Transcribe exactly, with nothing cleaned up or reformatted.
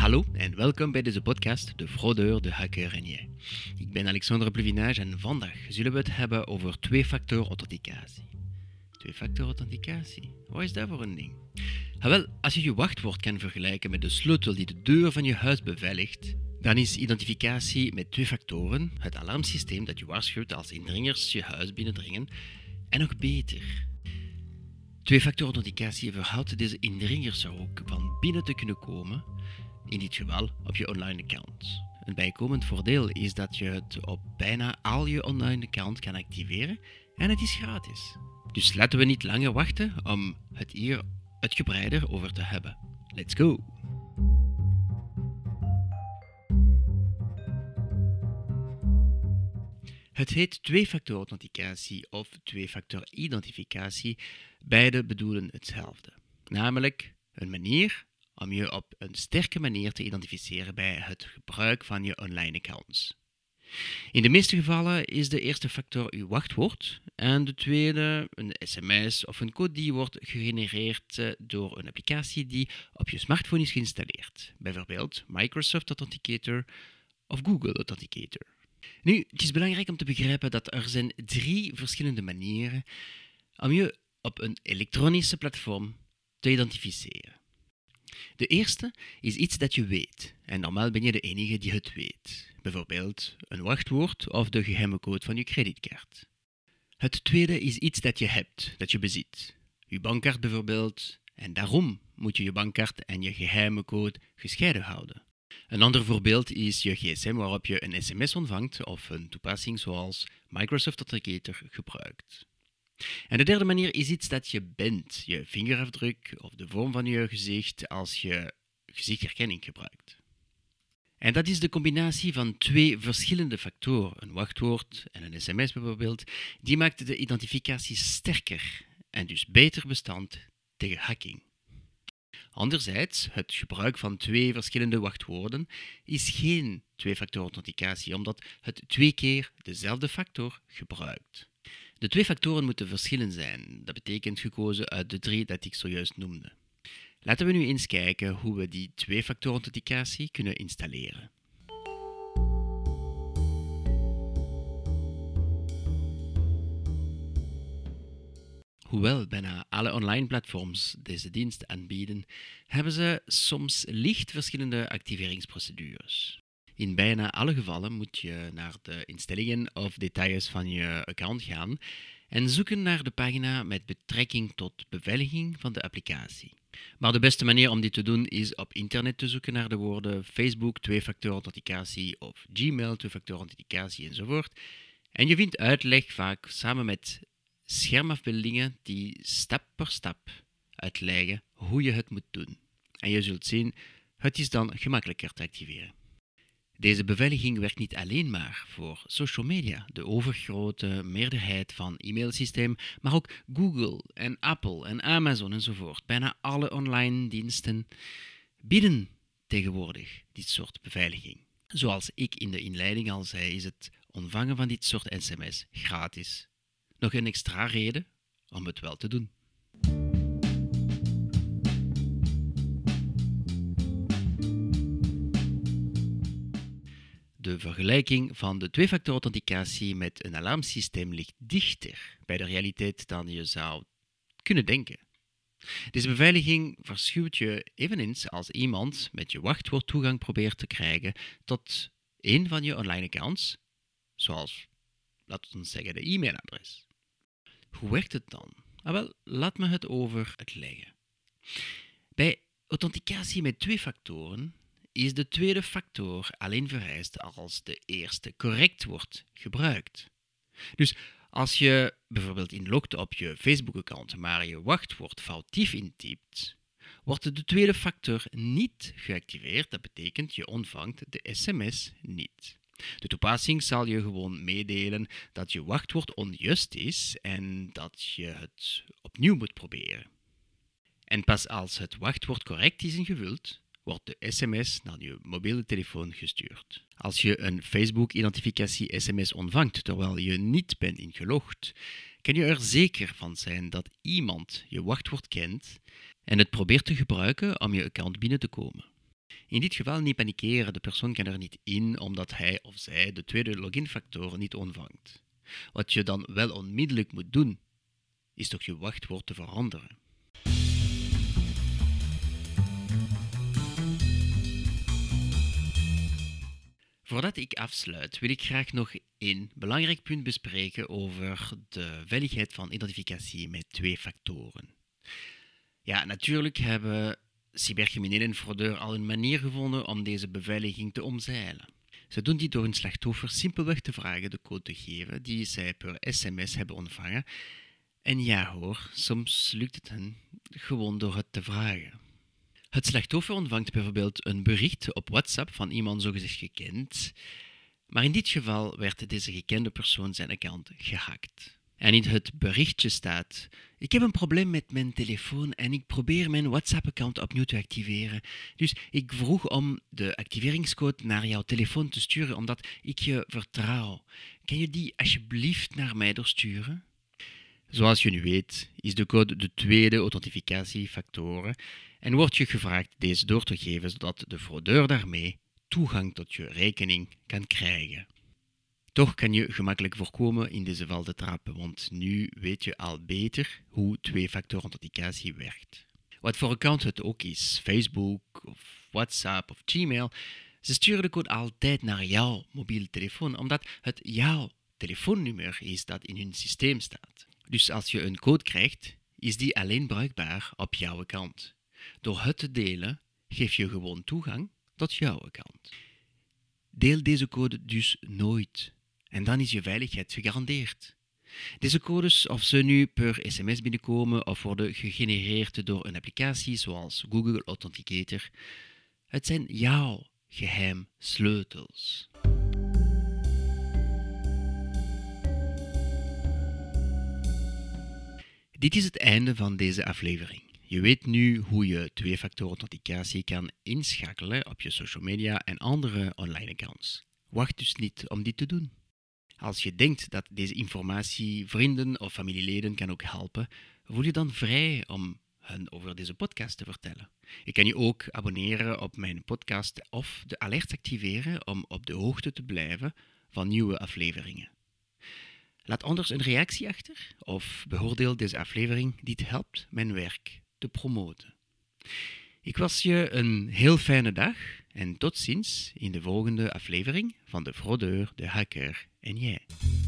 Hallo en welkom bij deze podcast De Fraudeur, de Hacker en jij. Ik ben Alexandre Pluvinage en vandaag zullen we het hebben over twee-factor authenticatie. Twee-factor authenticatie, wat is dat voor een ding? Ah, wel, als je je wachtwoord kan vergelijken met de sleutel die de deur van je huis beveiligt, dan is identificatie met twee factoren het alarmsysteem dat je waarschuwt als indringers je huis binnendringen en nog beter. Twee-factor authenticatie verhoudt deze indringers er ook van binnen te kunnen komen, in dit geval op je online account. Een bijkomend voordeel is dat je het op bijna al je online account kan activeren en het is gratis. Dus laten we niet langer wachten om het hier uitgebreider over te hebben. Let's go! Het heet twee-factor authenticatie of twee-factor identificatie. Beide bedoelen hetzelfde. Namelijk een manier om je op een sterke manier te identificeren bij het gebruik van je online accounts. In de meeste gevallen is de eerste factor uw wachtwoord en de tweede een sms of een code die wordt gegenereerd door een applicatie die op je smartphone is geïnstalleerd. Bijvoorbeeld Microsoft Authenticator of Google Authenticator. Nu, het is belangrijk om te begrijpen dat er zijn drie verschillende manieren om je op een elektronische platform te identificeren. De eerste is iets dat je weet en normaal ben je de enige die het weet. Bijvoorbeeld een wachtwoord of de geheime code van je creditcard. Het tweede is iets dat je hebt, dat je bezit. Je bankkaart bijvoorbeeld, en daarom moet je je bankkaart en je geheime code gescheiden houden. Een ander voorbeeld is je gsm waarop je een sms ontvangt of een toepassing zoals Microsoft Authenticator gebruikt. En de derde manier is iets dat je bent, je vingerafdruk of de vorm van je gezicht als je gezichtherkenning gebruikt. En dat is de combinatie van twee verschillende factoren, een wachtwoord en een sms bijvoorbeeld, die maakt de identificatie sterker en dus beter bestand tegen hacking. Anderzijds, het gebruik van twee verschillende wachtwoorden is geen twee-factor authenticatie, omdat het twee keer dezelfde factor gebruikt. De twee factoren moeten verschillend zijn, dat betekent gekozen uit de drie dat ik zojuist noemde. Laten we nu eens kijken hoe we die twee-factor authenticatie kunnen installeren. Hoewel bijna alle online platforms deze dienst aanbieden, hebben ze soms licht verschillende activeringsprocedures. In bijna alle gevallen moet je naar de instellingen of details van je account gaan en zoeken naar de pagina met betrekking tot beveiliging van de applicatie. Maar de beste manier om dit te doen is op internet te zoeken naar de woorden Facebook twee-factor authenticatie of Gmail twee-factor authenticatie enzovoort. En je vindt uitleg vaak samen met schermafbeeldingen die stap per stap uitleggen hoe je het moet doen. En je zult zien, het is dan gemakkelijker te activeren. Deze beveiliging werkt niet alleen maar voor social media, de overgrote meerderheid van e-mailsystemen, maar ook Google en Apple en Amazon enzovoort. Bijna alle online diensten bieden tegenwoordig dit soort beveiliging. Zoals ik in de inleiding al zei, is het ontvangen van dit soort sms gratis. Nog een extra reden om het wel te doen. De vergelijking van de twee-factor authenticatie met een alarmsysteem ligt dichter bij de realiteit dan je zou kunnen denken. Deze beveiliging waarschuwt je eveneens als iemand met je wachtwoord toegang probeert te krijgen tot een van je online accounts, zoals, laten we zeggen, de e-mailadres. Hoe werkt het dan? Ah, wel, laat me het over uitleggen. Bij authenticatie met twee factoren is de tweede factor alleen vereist als de eerste correct wordt gebruikt. Dus als je bijvoorbeeld inlogt op je Facebook-account, maar je wachtwoord foutief intypt, wordt de tweede factor niet geactiveerd. Dat betekent je ontvangt de sms niet. De toepassing zal je gewoon meedelen dat je wachtwoord onjuist is en dat je het opnieuw moet proberen. En pas als het wachtwoord correct is ingevuld, wordt de sms naar je mobiele telefoon gestuurd. Als je een Facebook-identificatie-sms ontvangt terwijl je niet bent ingelogd, kan je er zeker van zijn dat iemand je wachtwoord kent en het probeert te gebruiken om je account binnen te komen. In dit geval niet panikeren, de persoon kan er niet in omdat hij of zij de tweede loginfactor niet ontvangt. Wat je dan wel onmiddellijk moet doen, is toch je wachtwoord te veranderen. Voordat ik afsluit, wil ik graag nog één belangrijk punt bespreken over de veiligheid van identificatie met twee factoren. Ja, natuurlijk hebben cybercriminelen en fraudeurs al een manier gevonden om deze beveiliging te omzeilen. Ze doen dit door hun slachtoffer simpelweg te vragen de code te geven die zij per sms hebben ontvangen. En ja hoor, soms lukt het hen gewoon door het te vragen. Het slachtoffer ontvangt bijvoorbeeld een bericht op WhatsApp van iemand zogezegd gekend, maar in dit geval werd deze gekende persoon zijn account gehackt. En in het berichtje staat: ik heb een probleem met mijn telefoon en ik probeer mijn WhatsApp-account opnieuw te activeren. Dus ik vroeg om de activeringscode naar jouw telefoon te sturen omdat ik je vertrouw. Kan je die alsjeblieft naar mij doorsturen? Zoals je nu weet, is de code de tweede authentificatiefactor en wordt je gevraagd deze door te geven zodat de fraudeur daarmee toegang tot je rekening kan krijgen. Toch kan je gemakkelijk voorkomen in deze val te trappen, want nu weet je al beter hoe twee-factor authenticatie werkt. Wat voor account het ook is, Facebook of WhatsApp of Gmail, ze sturen de code altijd naar jouw mobiele telefoon, omdat het jouw telefoonnummer is dat in hun systeem staat. Dus als je een code krijgt, is die alleen bruikbaar op jouw account. Door het te delen, geef je gewoon toegang tot jouw account. Deel deze code dus nooit. En dan is je veiligheid gegarandeerd. Deze codes, of ze nu per sms binnenkomen of worden gegenereerd door een applicatie zoals Google Authenticator, het zijn jouw geheim sleutels. Dit is het einde van deze aflevering. Je weet nu hoe je twee-factor authenticatie kan inschakelen op je social media en andere online accounts. Wacht dus niet om dit te doen. Als je denkt dat deze informatie vrienden of familieleden kan ook helpen, voel je dan vrij om hen over deze podcast te vertellen. Je kan je ook abonneren op mijn podcast of de alerts activeren om op de hoogte te blijven van nieuwe afleveringen. Laat anders een reactie achter of beoordeel deze aflevering. Dit helpt mijn werk te promoten. Ik wens je een heel fijne dag en tot ziens in de volgende aflevering van De Fraudeur, de Hacker en jij.